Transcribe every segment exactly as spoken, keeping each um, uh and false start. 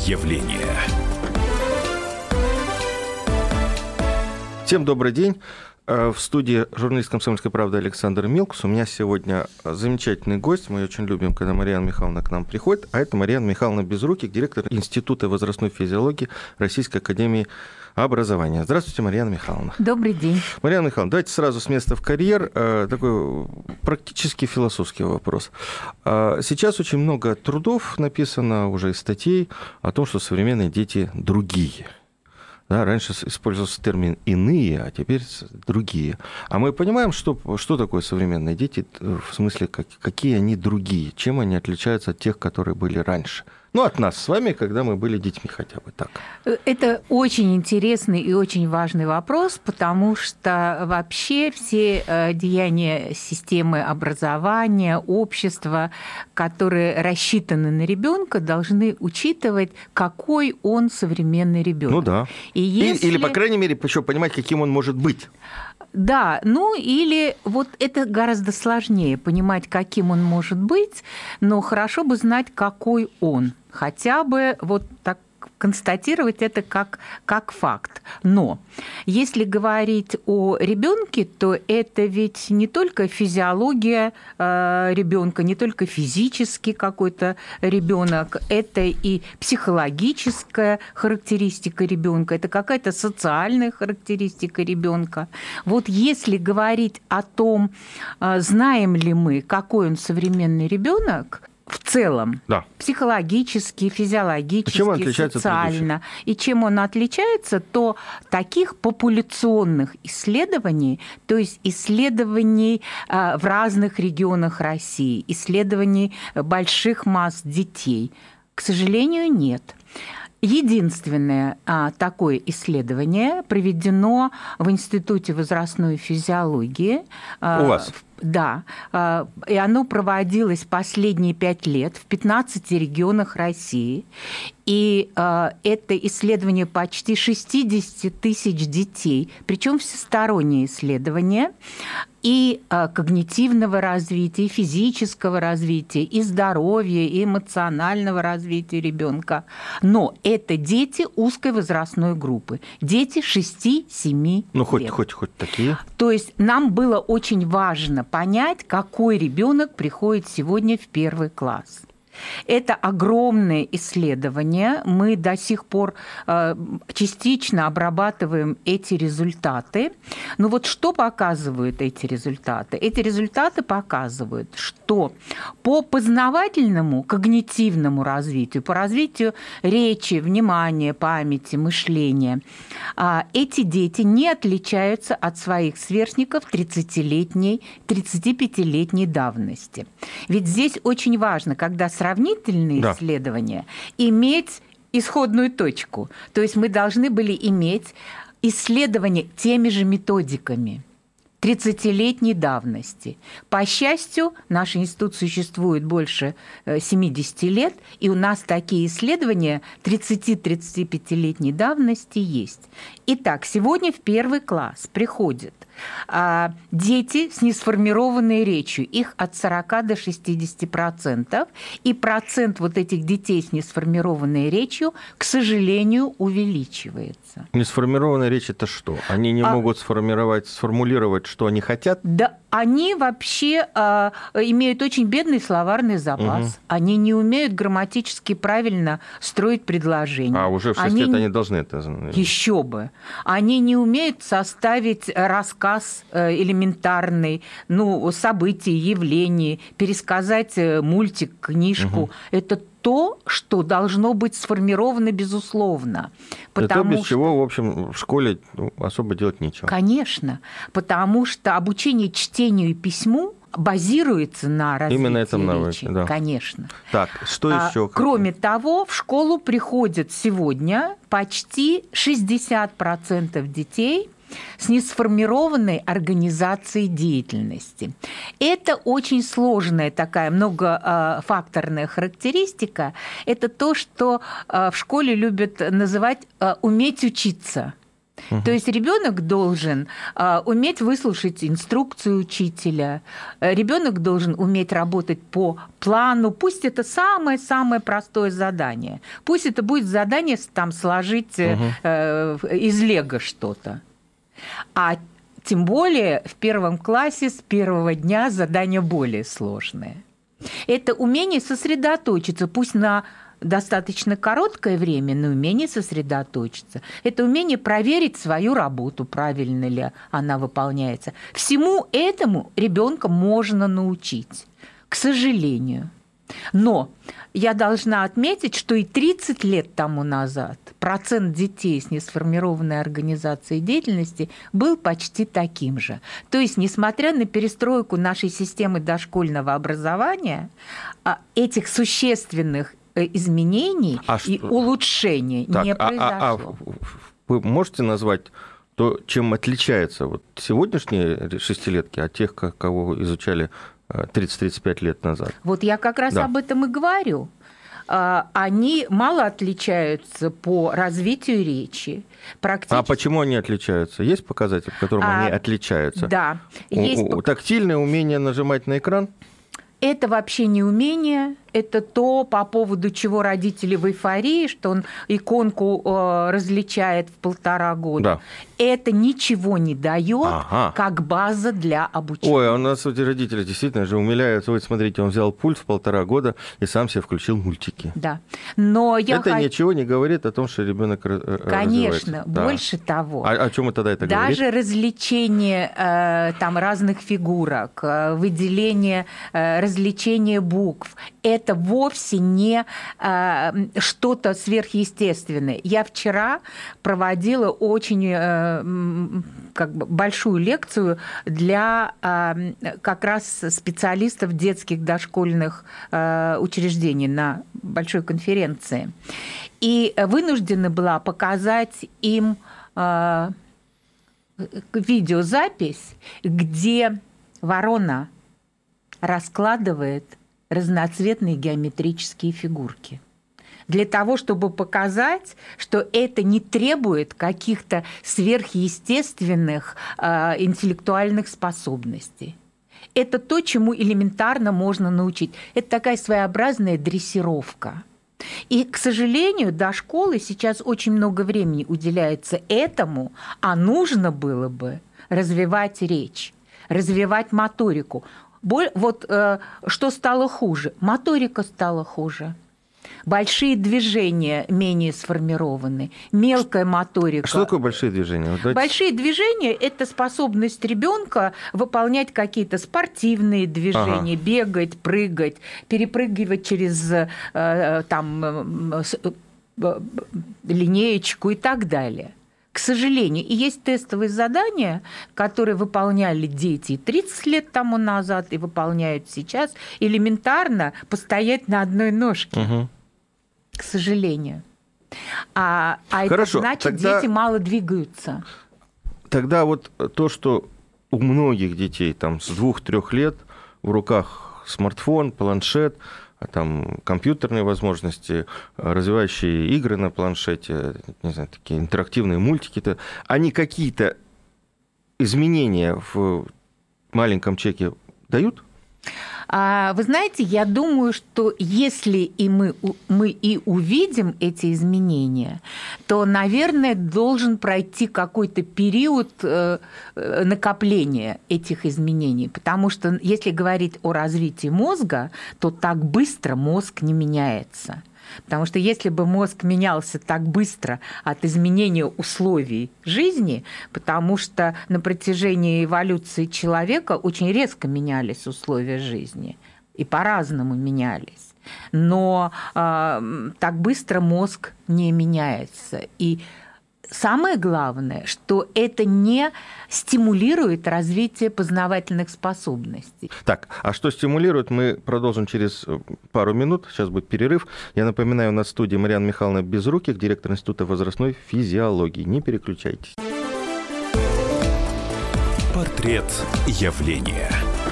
явление. Всем добрый день. В студии журналист «Комсомольской правды» Александр Милкус. У меня сегодня замечательный гость. Мы очень любим, когда Марьяна Михайловна к нам приходит. А это Марьяна Михайловна Безруких, директор Института возрастной физиологии Российской академии образования. Здравствуйте, Марьяна Михайловна. Добрый день. Марьяна Михайловна, давайте сразу с места в карьер. Такой практически философский вопрос. Сейчас очень много трудов написано, уже и статей о том, что современные дети другие. Да, раньше использовался термин «иные», а теперь «другие». А мы понимаем, что, что такое современные дети, в смысле, как, какие они другие, чем они отличаются от тех, которые были раньше. Ну, от нас с вами, когда мы были детьми хотя бы так. Это очень интересный и очень важный вопрос, потому что вообще все деяния системы образования, общества, которые рассчитаны на ребенка, должны учитывать, какой он современный ребенок. Ну да. И если... Или, по крайней мере, еще понимать, каким он может быть. Да, ну или вот это гораздо сложнее, понимать, каким он может быть, но хорошо бы знать, какой он. Хотя бы вот так констатировать это как, как факт. Но если говорить о ребенке, то это ведь не только физиология э, ребенка, не только физический какой-то ребенок, это и психологическая характеристика ребенка, это какая-то социальная характеристика ребенка. Вот если говорить о том, э, знаем ли мы, какой он современный ребенок, в целом, да. Психологически, физиологически, социально, и чем он отличается, то таких популяционных исследований, то есть исследований в разных регионах России, исследований больших масс детей, к сожалению, нет. Единственное а, такое исследование проведено в Институте возрастной физиологии. А, У вас? Да, а, и оно проводилось последние пять лет в пятнадцати регионах России. И а, это исследование почти шестьдесят тысяч детей, причем всестороннее исследование и а, когнитивного развития, и физического развития, и здоровья, и эмоционального развития ребенка. Но это дети узкой возрастной группы, дети шести-семи лет. Ну, хоть, хоть, хоть такие. То есть нам было очень важно понять, какой ребенок приходит сегодня в первый класс. Это огромное исследование. Мы до сих пор частично обрабатываем эти результаты. Но вот что показывают эти результаты? Эти результаты показывают, что по познавательному, когнитивному развитию, по развитию речи, внимания, памяти, мышления, эти дети не отличаются от своих сверстников тридцатилетней, тридцатипятилетней давности. Ведь здесь очень важно, когда сравнительные да. исследования, иметь исходную точку. То есть мы должны были иметь исследования теми же методиками тридцатилетней давности. По счастью, наш институт существует больше семидесяти лет, и у нас такие исследования тридцати-тридцатипятилетней давности есть. Итак, сегодня в первый класс приходят а, дети с несформированной речью, их от сорока до шестидесяти процентов, и процент вот этих детей с несформированной речью, к сожалению, увеличивается. Несформированная речь – это что? Они не а... могут сформировать, сформулировать, что они хотят? Да, они вообще а, имеют очень бедный словарный запас, угу. Они не умеют грамматически правильно строить предложения. А уже в шесть они... лет они должны это знать. Еще бы. Они не умеют составить рассказ элементарный, ну, событий, явлений, пересказать мультик, книжку. Угу. Это то, что должно быть сформировано безусловно. Это без что... чего, в общем, в школе особо делать нечего. Конечно, потому что обучение чтению и письму базируется на развитии Именно этом речи. Навыке, да. Конечно. Так, что а, еще? Кроме того, в школу приходят сегодня почти шестьдесят процентов детей с несформированной организацией деятельности. Это очень сложная такая многофакторная характеристика. Это то, что в школе любят называть «уметь учиться». Угу. То есть ребенок должен э, уметь выслушать инструкцию учителя, ребенок должен уметь работать по плану, пусть это самое-самое простое задание, пусть это будет задание там, сложить э, э, из лего что-то. А тем более в первом классе с первого дня задания более сложные. Это умение сосредоточиться, пусть на достаточно короткое время, но умение сосредоточиться. Это умение проверить свою работу, правильно ли она выполняется. Всему этому ребенка можно научить, к сожалению. Но я должна отметить, что и тридцать лет тому назад процент детей с несформированной организацией деятельности был почти таким же. То есть, несмотря на перестройку нашей системы дошкольного образования, этих существенных изменений а и что? улучшений так, не произошло. А, а, а вы можете назвать то, чем отличаются вот сегодняшние шестилетки от тех, кого изучали тридцать-тридцать пять лет назад? Вот я как раз да. об этом и говорю. Они мало отличаются по развитию речи. Практически... А почему они отличаются? Есть показатель, по которому а, они отличаются? Да. Есть... У, у, тактильное умение нажимать на экран? Это вообще не умение, это то, по поводу чего родители в эйфории, что он иконку э, различает в полтора года. Да. Это ничего не дает, ага. как база для обучения. Ой, а у нас эти родители действительно же умиляются. Вот смотрите, он взял пульт в полтора года и сам себе включил мультики. Да. Но я это х... ничего не говорит о том, что ребенок развивается. Конечно, да. больше того. А о чем это тогда это Даже говорит? Даже различение э, там, разных фигурок, э, выделение, э, развлечение букв – это вовсе не э, что-то сверхъестественное. Я вчера проводила очень э, как бы большую лекцию для э, как раз специалистов детских дошкольных э, учреждений на большой конференции. И вынуждена была показать им э, видеозапись, где ворона раскладывает разноцветные геометрические фигурки. Для того, чтобы показать, что это не требует каких-то сверхъестественных э, интеллектуальных способностей. Это то, чему элементарно можно научить. Это такая своеобразная дрессировка. И, к сожалению, до школы сейчас очень много времени уделяется этому, а нужно было бы развивать речь, развивать моторику. Вот э, что стало хуже? Моторика стала хуже. Большие движения менее сформированы, мелкая моторика. Что такое большие движения? Вот давайте... Большие движения – это способность ребенка выполнять какие-то спортивные движения, ага. бегать, прыгать, перепрыгивать через э, там, э, линеечку и так далее. К сожалению, и есть тестовые задания, которые выполняли дети тридцать лет тому назад и выполняют сейчас, элементарно постоять на одной ножке. Угу. К сожалению. А, а Хорошо, это значит, тогда, дети мало двигаются. Тогда вот то, что у многих детей там, с двух-трех лет в руках смартфон, планшет, там компьютерные возможности, развивающие игры на планшете, не знаю, такие интерактивные мультики, -то, они какие-то изменения в маленьком человеке дают? Вы знаете, я думаю, что если и мы, мы и увидим эти изменения, то, наверное, должен пройти какой-то период накопления этих изменений. Потому что если говорить о развитии мозга, то так быстро мозг не меняется. Потому что если бы мозг менялся так быстро от изменения условий жизни, потому что на протяжении эволюции человека очень резко менялись условия жизни и по-разному менялись, но э, так быстро мозг не меняется. И самое главное, что это не стимулирует развитие познавательных способностей. Так, а что стимулирует, мы продолжим через пару минут. Сейчас будет перерыв. Я напоминаю, у нас в студии Марьяна Михайловна Безруких, директор Института возрастной физиологии. Не переключайтесь. Портрет явления.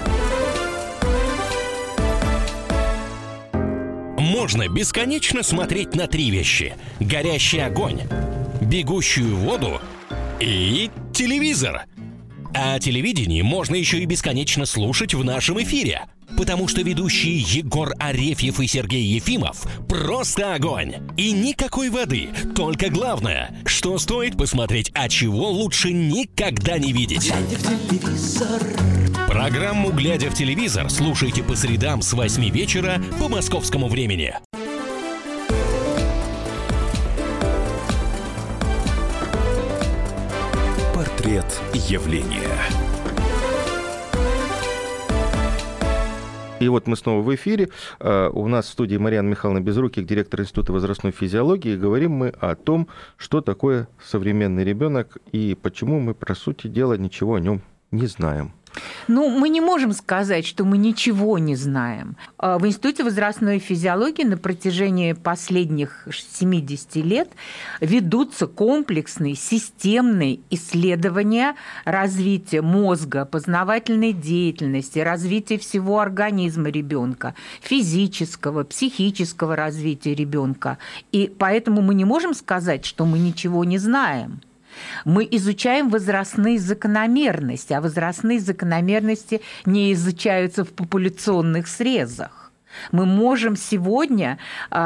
Можно бесконечно смотреть на три вещи: горящий огонь, бегущую воду и телевизор. А телевидение можно еще и бесконечно слушать в нашем эфире, потому что ведущие Егор Арефьев и Сергей Ефимов просто огонь. И никакой воды, только главное, что стоит посмотреть, а чего лучше никогда не видеть. Глядя в телевизор. Программу «Глядя в телевизор» слушайте по средам с восьми вечера по московскому времени. Портрет явления. И вот мы снова в эфире. У нас в студии Марьяна Михайловна Безруких, директор Института возрастной физиологии. И говорим мы о том, что такое современный ребенок и почему мы, по сути дела, ничего о нем не знаем. Ну, мы не можем сказать, что мы ничего не знаем. В Институте возрастной физиологии на протяжении последних семидесяти лет ведутся комплексные, системные исследования развития мозга, познавательной деятельности, развития всего организма ребенка, физического, психического развития ребенка. И поэтому мы не можем сказать, что мы ничего не знаем. Мы изучаем возрастные закономерности, а возрастные закономерности не изучаются в популяционных срезах. Мы можем сегодня,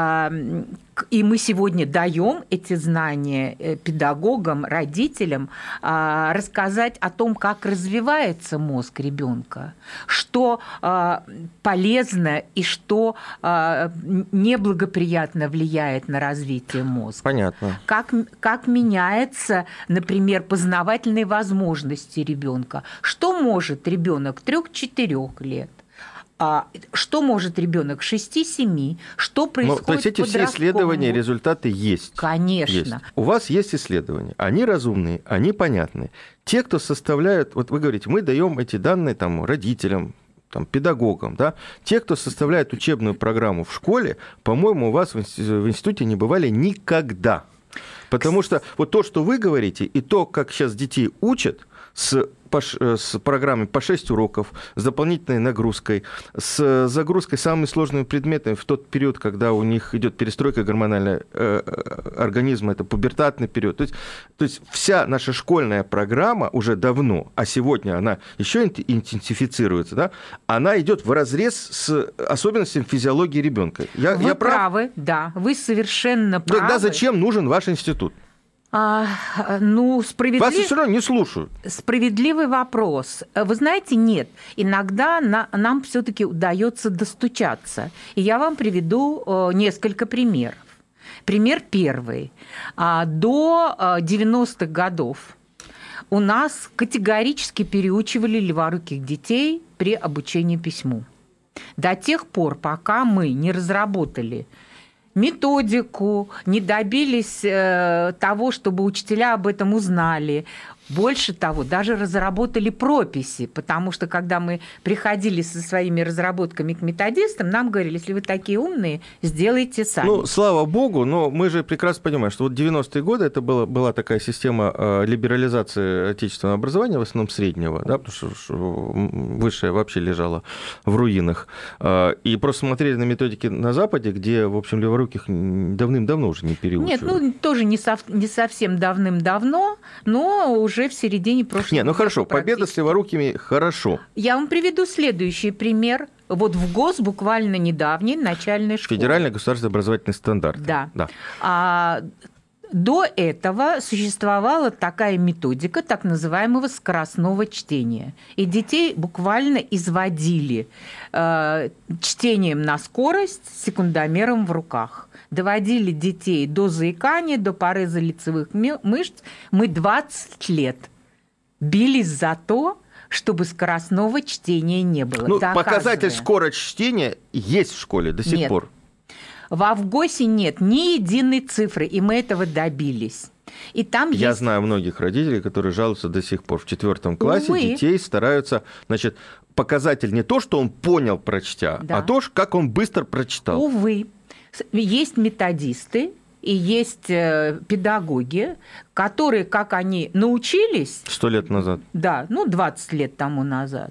и мы сегодня даем эти знания педагогам, родителям, рассказать о том, как развивается мозг ребенка, что полезно и что неблагоприятно влияет на развитие мозга. Понятно. Как, как меняются, например, познавательные возможности ребенка. Что может ребенок трёх-четырёх лет? А что может ребенок шести-семи? Что происходит в подростковом? То есть эти все исследования, результаты есть? Конечно. Есть. У вас есть исследования. Они разумные, они понятные. Те, кто составляют, вот вы говорите, мы даем эти данные там, родителям, там, педагогам, да? Те, кто составляет учебную программу в школе, по-моему, у вас в институте не бывали никогда. Потому что вот то, что вы говорите, и то, как сейчас детей учат, с, по, с программой по шесть уроков, с дополнительной нагрузкой, с загрузкой самыми сложными предметами в тот период, когда у них идет перестройка гормонального э, организма, это пубертатный период. То есть, то есть вся наша школьная программа уже давно, а сегодня она еще интенсифицируется, да, она идет вразрез с особенностями физиологии ребенка. Я, вы я прав? правы, да, вы совершенно правы. Тогда зачем нужен ваш институт? А, ну, справедлив... Вас все равно не слушают. Справедливый вопрос. Вы знаете, нет. Иногда на... нам все-таки удается достучаться. И я вам приведу несколько примеров. Пример первый. До девяностых годов у нас категорически переучивали леворуких детей при обучении письму. До тех пор, пока мы не разработали методику, не добились э, того, чтобы учителя об этом узнали. Больше того, даже разработали прописи, потому что, когда мы приходили со своими разработками к методистам, нам говорили, если вы такие умные, сделайте сами. Ну, слава богу, но мы же прекрасно понимаем, что вот девяностые годы это была, была такая система либерализации отечественного образования, в основном среднего, да, потому что высшее вообще лежало в руинах. И просто смотрели на методики на Западе, где, в общем, леворуких давным-давно уже не переучивали. Нет, ну, тоже не, сов- не совсем давным-давно, но уже в середине прошлого года. Нет, ну хорошо, победа с леворукими хорошо. Я вам приведу следующий пример. Вот в ГОС буквально недавней начальной школе. Федеральный государственный образовательный стандарт. Да. да. А, до этого существовала такая методика так называемого скоростного чтения. И детей буквально изводили э, чтением на скорость с секундомером в руках. Доводили детей до заикания, до пореза лицевых мышц. Мы двадцать лет бились за то, чтобы скоростного чтения не было. Ну, показатель скорость чтения есть в школе до сих нет. пор. В Авгосе нет ни единой цифры, и мы этого добились. И там Я есть... знаю многих родителей, которые жалуются до сих пор. В четвертом классе Увы. детей стараются, значит, показатель не то, что он понял, прочтя, Да. а то, как он быстро прочитал. Увы. Есть методисты и есть педагоги, которые, как они научились... Сто лет назад. Да, ну, двадцать лет тому назад.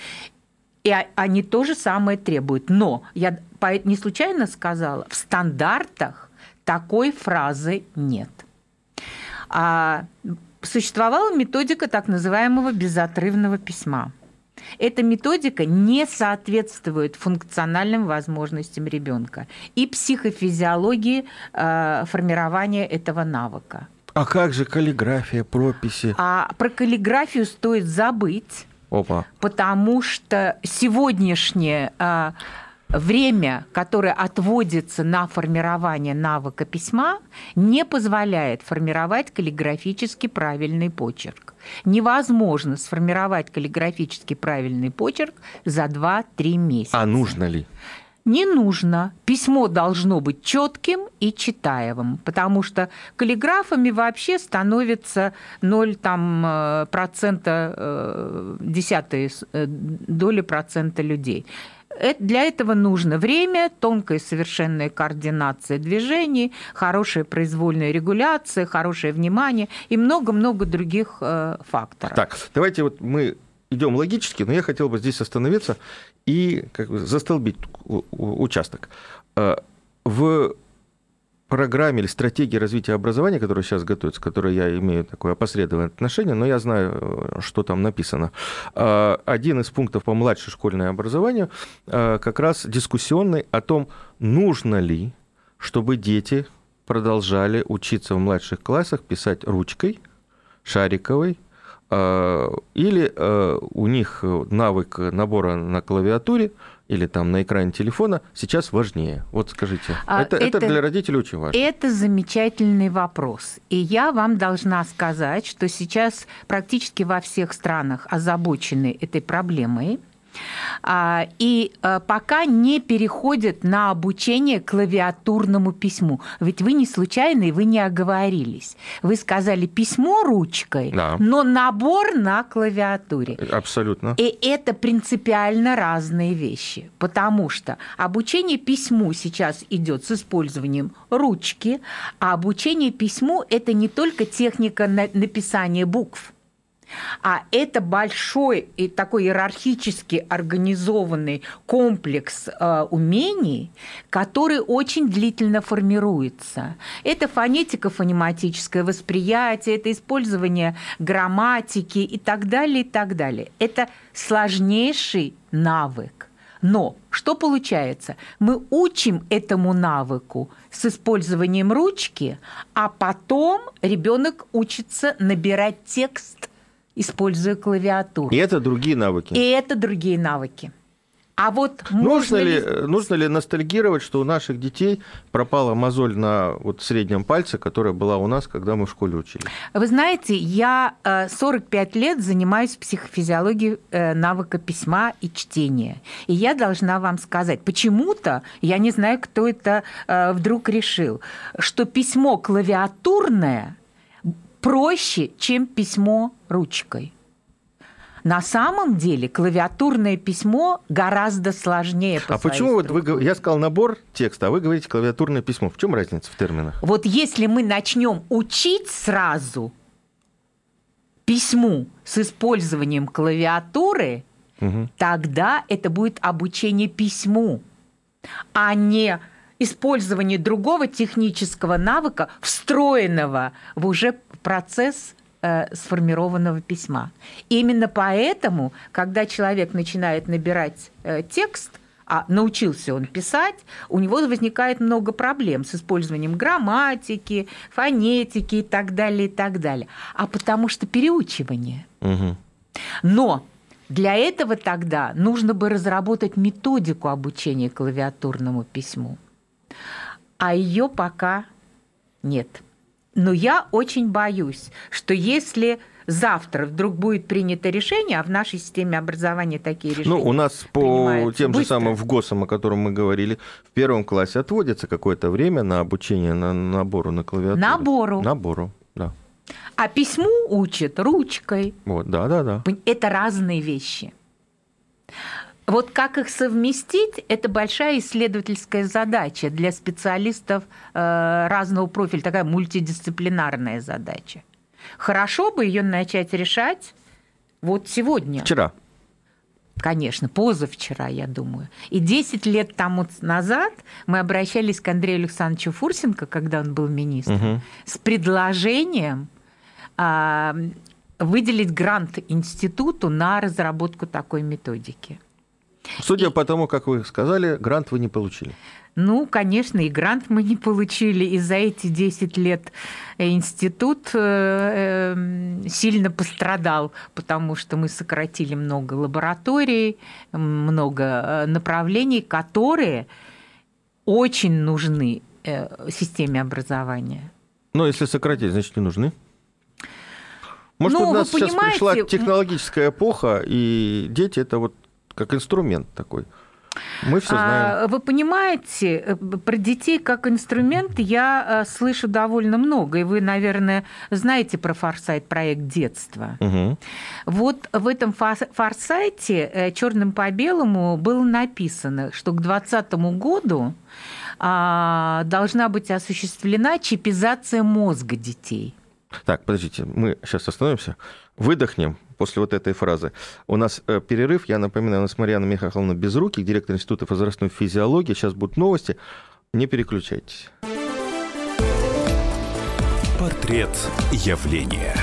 И они то же самое требуют. Но я не случайно сказала, в стандартах такой фразы нет. А существовала методика так называемого безотрывного письма. Эта методика не соответствует функциональным возможностям ребенка и психофизиологии э, формирования этого навыка. А как же каллиграфия, прописи? А про каллиграфию стоит забыть, Опа. потому что сегодняшнее э, время, которое отводится на формирование навыка письма, не позволяет формировать каллиграфически правильный почерк. Невозможно сформировать каллиграфически правильный почерк за два-три месяца. А нужно ли? Не нужно. Письмо должно быть четким и читаемым, потому что каллиграфами вообще становится ноль там, процента, десятой доли процента людей. Для этого нужно время, тонкая совершенная координация движений, хорошая произвольная регуляция, хорошее внимание и много-много других э, факторов. Так, давайте вот мы идем логически, но я хотел бы здесь остановиться и как бы застолбить участок. В программе или стратегии развития образования, которая сейчас готовится, к которой я имею такое опосредованное отношение, но я знаю, что там написано. Один из пунктов по младшей школьное образование как раз дискуссионный о том, нужно ли, чтобы дети продолжали учиться в младших классах писать ручкой, шариковой, или у них навык набора на клавиатуре или там на экране телефона сейчас важнее? Вот скажите. А это, это, это для родителей очень важно. Это замечательный вопрос. И я вам должна сказать, что сейчас практически во всех странах озабочены этой проблемой. И пока не переходят на обучение клавиатурному письму. Ведь вы не случайно и вы не оговорились. Вы сказали письмо ручкой, да, но набор на клавиатуре. Абсолютно. И это принципиально разные вещи, потому что обучение письму сейчас идет с использованием ручки, а обучение письму – это не только техника написания букв, а это большой и такой иерархически организованный комплекс э, умений, который очень длительно формируется. Это фонетика, фонематическое восприятие, это использование грамматики и так далее, и так далее. Это сложнейший навык. Но что получается? Мы учим этому навыку с использованием ручки, а потом ребенок учится набирать текст, используя клавиатуру. И это другие навыки. И это другие навыки. А вот нужно ли, ли... нужно ли ностальгировать, что у наших детей пропала мозоль на вот среднем пальце, которая была у нас, когда мы в школе учились? Вы знаете, я сорок пять лет занимаюсь психофизиологией навыка письма и чтения. И я должна вам сказать, почему-то, я не знаю, кто это вдруг решил, что письмо клавиатурное проще, чем письмо ручкой. На самом деле клавиатурное письмо гораздо сложнее по А своей почему вот структуре. вы, я сказал набор текста, а вы говорите клавиатурное письмо? В чем разница в терминах? Вот если мы начнем учить сразу письму с использованием клавиатуры, угу, тогда это будет обучение письму, а не использование другого технического навыка, встроенного в уже процесс э, сформированного письма. Именно поэтому, когда человек начинает набирать э, текст, а научился он писать, у него возникает много проблем с использованием грамматики, фонетики и так далее, и так далее. А потому что переучивание. Угу. Но для этого тогда нужно бы разработать методику обучения клавиатурному письму. А ее пока нет. Но я очень боюсь, что если завтра вдруг будет принято решение, а в нашей системе образования такие решения Ну, у нас по тем быстро. же самым ВГОСам, о котором мы говорили, в первом классе отводится какое-то время на обучение, на набору на клавиатуру. Набору. Набору, да. А письму учат ручкой. Вот, да, да, да. Это разные вещи. Вот как их совместить, это большая исследовательская задача для специалистов э, разного профиля, такая мультидисциплинарная задача. Хорошо бы ее начать решать вот сегодня. Вчера. Конечно, позавчера, я думаю. И десять лет тому назад мы обращались к Андрею Александровичу Фурсенко, когда он был министром, угу, с предложением выделить грант институту на разработку такой методики. Судя и... по тому, как вы сказали, грант вы не получили. Ну, конечно, и грант мы не получили, и за эти десять лет институт сильно пострадал, потому что мы сократили много лабораторий, много направлений, которые очень нужны системе образования. Но если сократить, значит, не нужны? Может, ну, у нас сейчас понимаете... пришла технологическая эпоха, и дети — это вот как инструмент такой. Мы все знаем. Вы понимаете, про детей как инструмент я слышу довольно много. И вы, наверное, знаете про Форсайт, проект детства. Угу. Вот в этом Форсайте черным по белому было написано, что к двадцатому году должна быть осуществлена чипизация мозга детей. Так, подождите, мы сейчас остановимся, выдохнем после вот этой фразы. У нас э, перерыв, я напоминаю, у нас Марьяна Михайловна Безруких, директор Института возрастной физиологии. Сейчас будут новости, не переключайтесь. Портрет явления.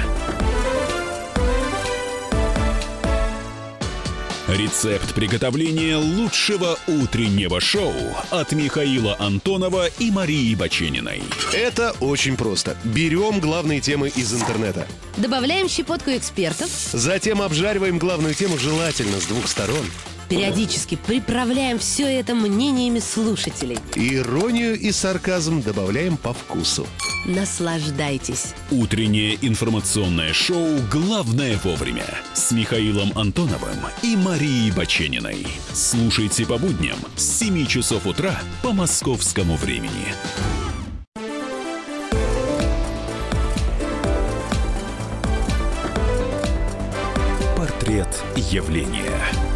Рецепт приготовления лучшего утреннего шоу от Михаила Антонова и Марии Бачениной. Это очень просто. Берем главные темы из интернета. Добавляем щепотку экспертов. Затем обжариваем главную тему желательно с двух сторон. Периодически приправляем все это мнениями слушателей. Иронию и сарказм добавляем по вкусу. Наслаждайтесь. Утреннее информационное шоу «Главное вовремя» с Михаилом Антоновым и Марией Бачениной. Слушайте по будням с семи часов утра по московскому времени. Портрет явления.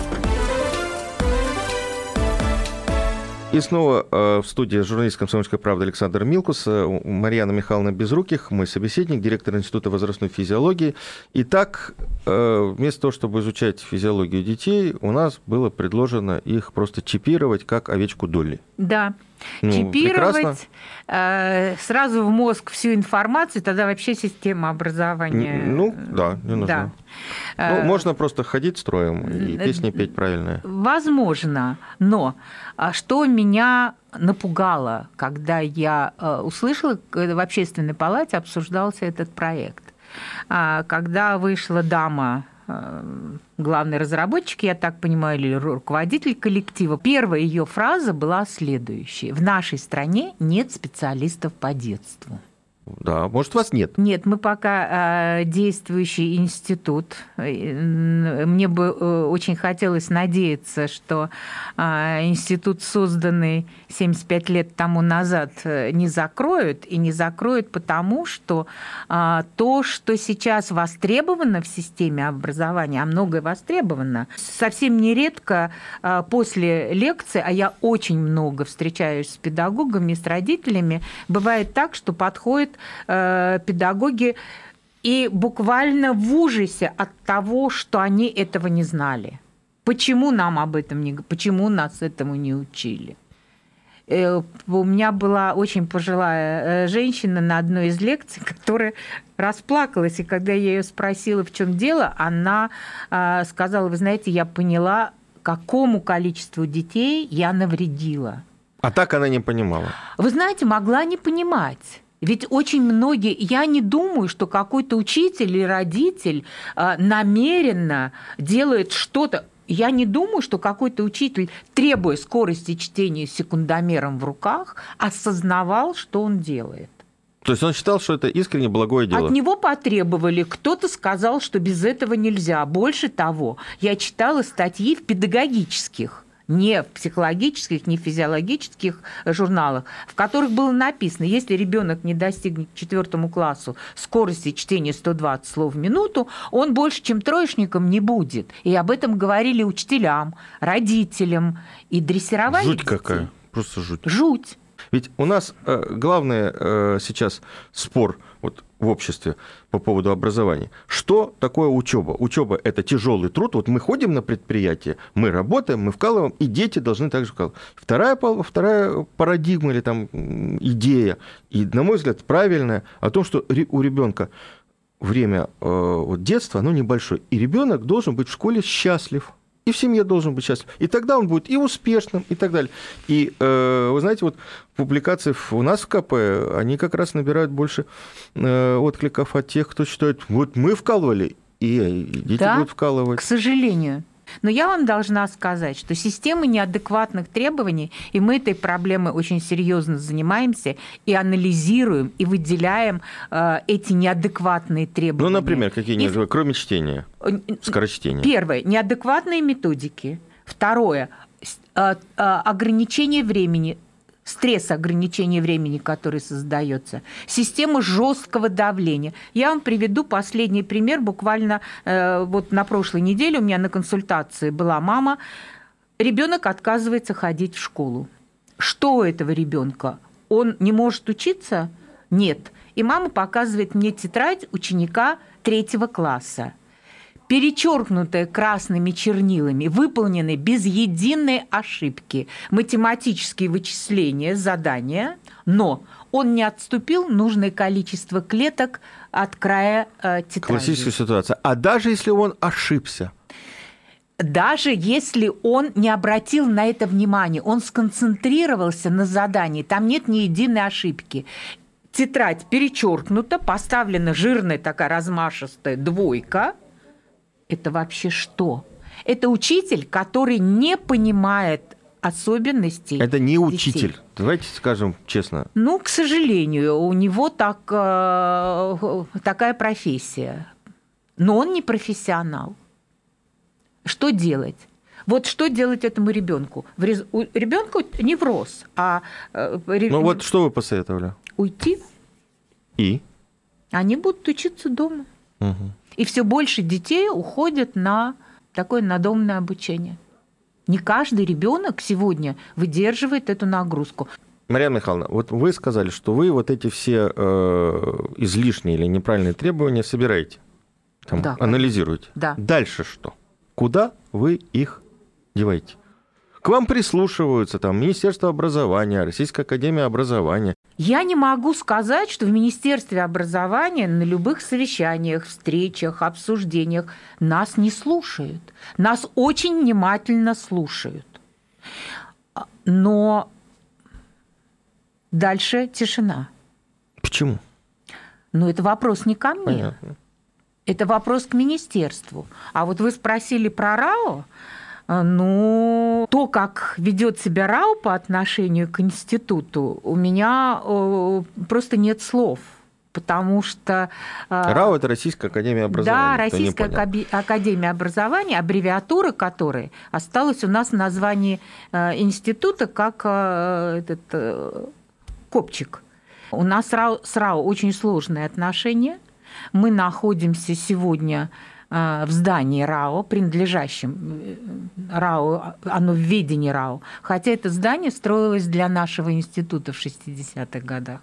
И снова э, в студии журналист «Комсомольской правды» Александр Милкус, э, Марьяна Михайловна Безруких, мой собеседник, директор Института возрастной физиологии. Итак, э, вместо того, чтобы изучать физиологию детей, у нас было предложено их просто чипировать, как овечку Долли. Да. Ну, чипировать э, сразу в мозг всю информацию, тогда вообще система образования... Ну, да, не нужно. Да. Ну, можно просто ходить строем и песни петь правильные. Возможно, но что меня напугало, когда я услышала, в Общественной палате обсуждался этот проект. Когда вышла дама, главный разработчик, я так понимаю, или руководитель коллектива, первая ее фраза была следующая: в нашей стране нет специалистов по детству. Да, может, вас нет? Нет, мы пока э, действующий институт. Мне бы э, очень хотелось надеяться, что э, институт, созданный семьдесят пять лет тому назад, не закроют. И не закроют потому, что э, то, что сейчас востребовано в системе образования, а многое востребовано, совсем нередко э, после лекции, а я очень много встречаюсь с педагогами, с родителями, бывает так, что подходит педагоги и буквально в ужасе от того, что они этого не знали. Почему нам об этом не... Почему нас этому не учили? У меня была очень пожилая женщина на одной из лекций, которая расплакалась, и когда я ее спросила, в чем дело, она сказала: вы знаете, я поняла, какому количеству детей я навредила. А так она не понимала. Вы знаете, могла не понимать. Ведь очень многие, я не думаю, что какой-то учитель или родитель намеренно делает что-то. Я не думаю, что какой-то учитель, требуя скорости чтения с секундомером в руках, осознавал, что он делает. То есть он считал, что это искренне благое дело? От него потребовали. Кто-то сказал, что без этого нельзя. Больше того, я читала статьи в педагогических, не в психологических, не в физиологических журналах, в которых было написано: если ребенок не достигнет к четвертому классу скорости чтения сто двадцать слов в минуту, он больше, чем троечником, не будет. И об этом говорили учителям, родителям, и дрессировали жуть детей. Какая, просто жуть. Жуть. Ведь у нас э, главный э, сейчас спор вот, в обществе по поводу образования. Что такое учеба? Учеба – это тяжелый труд. Вот мы ходим на предприятие, мы работаем, мы вкалываем, и дети должны также вкалывать. Вторая, вторая парадигма или там идея, и, на мой взгляд, правильная, о том, что у ребенка время э, вот детства, оно небольшое, и ребенок должен быть в школе счастлив. И в семье должен быть счастлив. И тогда он будет и успешным, и так далее. И, э, вы знаете, вот публикации у нас в КП, они как раз набирают больше э, откликов от тех, кто считает, вот мы вкалывали, и, и дети да, будут вкалывать. К сожалению. Но я вам должна сказать, что система неадекватных требований, и мы этой проблемой очень серьезно занимаемся, и анализируем, и выделяем э, эти неадекватные требования. Ну, например, какие неадекватные, кроме чтения, скорочтения? Первое – неадекватные методики. Второе – ограничение времени, стресс ограничения времени, который создается, система жесткого давления. Я вам приведу последний пример. Буквально э, вот на прошлой неделе у меня на консультации была мама. Ребенок отказывается ходить в школу. Что у этого ребенка? Он не может учиться? Нет. И мама показывает мне тетрадь ученика третьего класса. Перечеркнутая красными чернилами, выполнены без единой ошибки математические вычисления, задания, но он не отступил нужное количество клеток от края э, тетради. Классическая ситуация. А даже если он ошибся? Даже если он не обратил на это внимание, он сконцентрировался на задании, там нет ни единой ошибки. Тетрадь перечеркнута, поставлена жирная такая размашистая двойка. Это вообще что? Это учитель, который не понимает особенностей. Это не детей. Учитель. Давайте скажем честно. Ну, к сожалению, у него так, такая профессия. Но он не профессионал. Что делать? Вот что делать этому ребенку? У ребенка невроз, а ну вот что вы посоветовали? Уйти. И? Они будут учиться дома. Угу. И все больше детей уходят на такое надомное обучение. Не каждый ребенок сегодня выдерживает эту нагрузку. Марьяна Михайловна, вот вы сказали, что вы вот эти все э, излишние или неправильные требования собираете, там, да, анализируете. Да. Дальше что? Куда вы их деваете? К вам прислушиваются там Министерство образования, Российская академия образования. Я не могу сказать, что в Министерстве образования на любых совещаниях, встречах, обсуждениях нас не слушают. Нас очень внимательно слушают. Но дальше тишина. Почему? Ну, это вопрос не ко мне. Понятно. Это вопрос к министерству. А вот вы спросили про РАО. Ну, то, как ведет себя РАО по отношению к институту, у меня просто нет слов, потому что... РАО – это Российская академия образования. Да, Российская академия образования, аббревиатура которой осталась у нас в названии института как этот копчик. У нас с РАО очень сложные отношения. Мы находимся сегодня в здании РАО, принадлежащем РАО, оно в ведении РАО, хотя это здание строилось для нашего института в шестидесятых годах.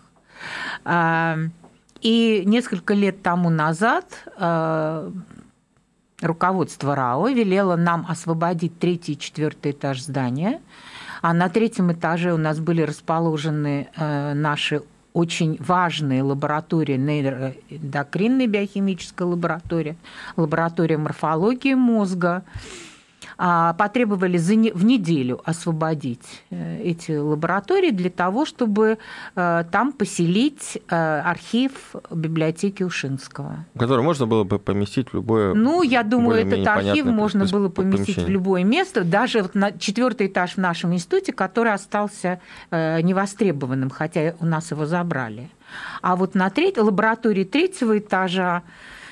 И несколько лет тому назад руководство РАО велело нам освободить третий и четвертый этаж здания, а на третьем этаже у нас были расположены наши очень важные лаборатории, нейроэндокринная биохимическая лаборатория, лаборатория морфологии мозга. Потребовали в неделю освободить эти лаборатории для того, чтобы там поселить архив библиотеки Ушинского. Который можно было бы поместить в любое... Ну, я думаю, этот архив можно было поместить в любое место, даже вот на четвертый этаж в нашем институте, который остался невостребованным, хотя у нас его забрали. А вот на треть... лаборатории третьего этажа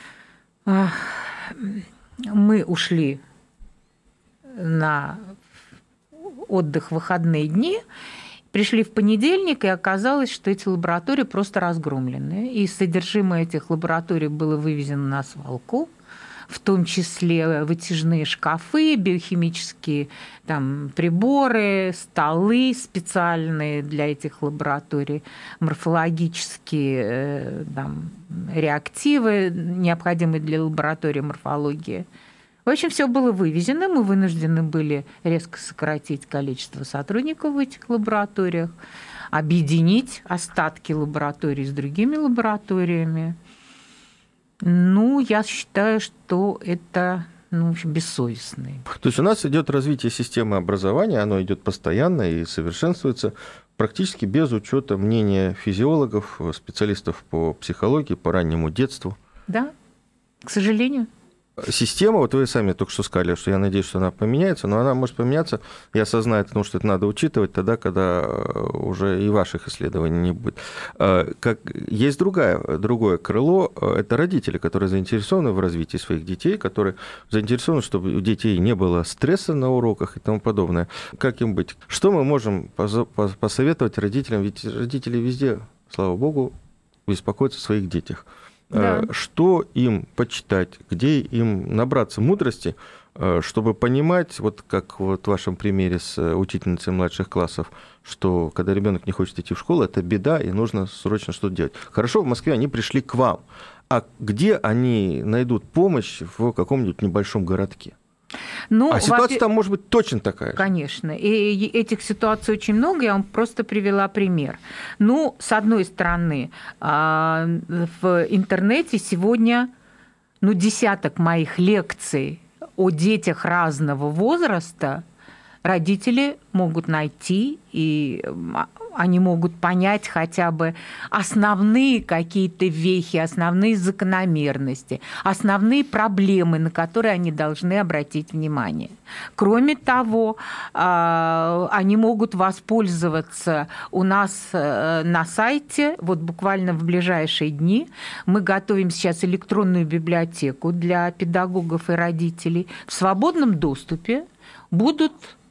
мы ушли на отдых в выходные дни, пришли в понедельник, и оказалось, что эти лаборатории просто разгромлены. И содержимое этих лабораторий было вывезено на свалку, в том числе вытяжные шкафы, биохимические там, приборы, столы специальные для этих лабораторий, морфологические там, реактивы, необходимые для лаборатории морфологии. В общем, все было вывезено, мы вынуждены были резко сократить количество сотрудников в этих лабораториях, объединить остатки лабораторий с другими лабораториями. Ну, я считаю, что это ну, бессовестные. То есть у нас идет развитие системы образования, оно идет постоянно и совершенствуется практически без учета мнения физиологов, специалистов по психологии, по раннему детству. Да, к сожалению. Система, вот вы сами только что сказали, что я надеюсь, что она поменяется, но она может поменяться и осознает, потому что это надо учитывать тогда, когда уже и ваших исследований не будет. Как, есть другая, другое крыло, это родители, которые заинтересованы в развитии своих детей, которые заинтересованы, чтобы у детей не было стресса на уроках и тому подобное. Как им быть? Что мы можем посоветовать родителям? Ведь родители везде, слава богу, беспокоятся о своих детях. Да. Что им почитать, где им набраться мудрости, чтобы понимать, вот как вот в вашем примере с учительницей младших классов, что когда ребенок не хочет идти в школу, это беда, и нужно срочно что-то делать. Хорошо, в Москве они пришли к вам, а где они найдут помощь в каком-нибудь небольшом городке? Ну, а ситуация во... там может быть точно такая же. Конечно. И этих ситуаций очень много. Я вам просто привела пример. Ну, с одной стороны, в интернете сегодня ну, десяток моих лекций о детях разного возраста родители могут найти, и они могут понять хотя бы основные какие-то вехи, основные закономерности, основные проблемы, на которые они должны обратить внимание. Кроме того, они могут воспользоваться у нас на сайте, вот буквально в ближайшие дни мы готовим сейчас электронную библиотеку для педагогов и родителей. В свободном доступе будут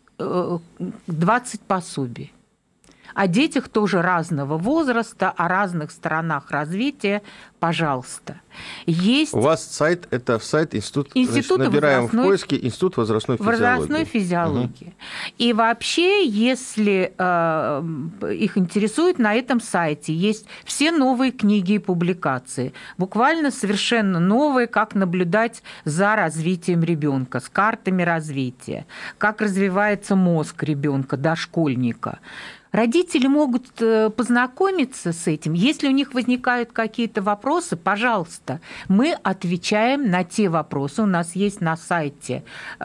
двадцать пособий. О детях тоже разного возраста, о разных сторонах развития, пожалуйста. Есть... У вас сайт, это сайт Институт, Института значит, набираем возрастной... в поиске Институт возрастной физиологии. Возрастной физиологии. Угу. И вообще, если э, их интересует, на этом сайте есть все новые книги и публикации. Буквально совершенно новые, как наблюдать за развитием ребенка, с картами развития, как развивается мозг ребенка, дошкольника. Родители могут познакомиться с этим. Если у них возникают какие-то вопросы, пожалуйста, мы отвечаем на те вопросы. У нас есть на сайте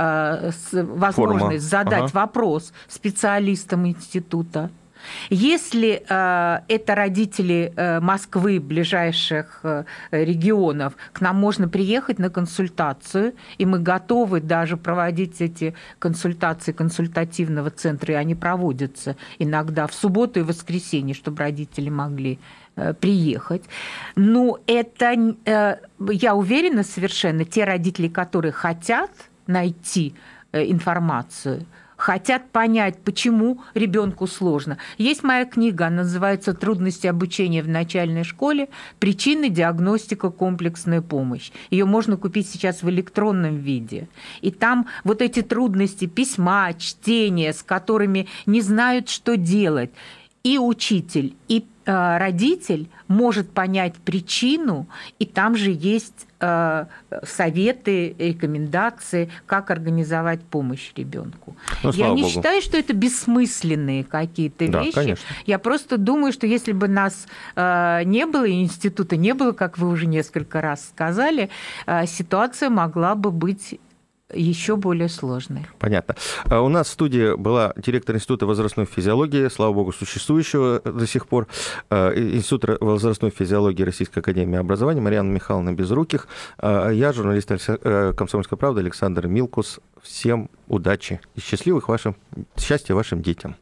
возможность Форма. задать ага. вопрос специалистам института. Если э, это родители э, Москвы, ближайших э, регионов, к нам можно приехать на консультацию, и мы готовы даже проводить эти консультации консультативного центра, и они проводятся иногда в субботу и воскресенье, чтобы родители могли э, приехать. Но это, э, я уверена совершенно, те родители, которые хотят найти э, информацию, хотят понять, почему ребенку сложно. Есть моя книга, она называется «Трудности обучения в начальной школе. Причины, диагностика, комплексная помощь». Ее можно купить сейчас в электронном виде. И там вот эти трудности письма, чтения, с которыми не знают, что делать, и учитель, и э, родитель может понять причину, и там же есть э, советы, рекомендации, как организовать помощь ребенку. Ну, Я не Богу. считаю, что это бессмысленные какие-то да, вещи. Конечно. Я просто думаю, что если бы нас э, не было, и института не было, как вы уже несколько раз сказали, э, ситуация могла бы быть еще более сложной. Понятно. У нас в студии была директор Института возрастной физиологии, слава богу, существующего до сих пор, Институт возрастной физиологии Российской академии образования Марьяна Михайловна Безруких. Я журналист «Комсомольской правды» Александр Милкус. Всем удачи и счастливых вашим, счастья вашим детям.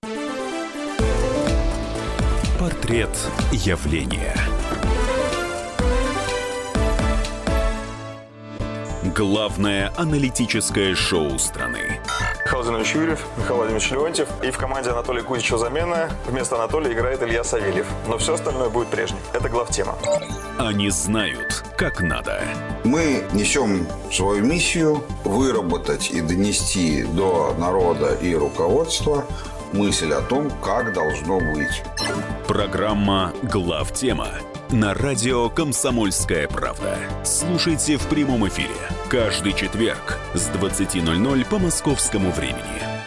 Портрет явления. Главное аналитическое шоу страны. Михаил Владимирович Юрьев, Михаил Владимирович Леонтьев. И в команде Анатолия Кузичева замена. Вместо Анатолия играет Илья Савельев. Но все остальное будет прежним. Это главтема. Они знают, как надо. Мы несем свою миссию выработать и донести до народа и руководства мысль о том, как должно быть. Программа «Главтема» на радио «Комсомольская правда». Слушайте в прямом эфире каждый четверг с двадцати ноль-ноль по московскому времени.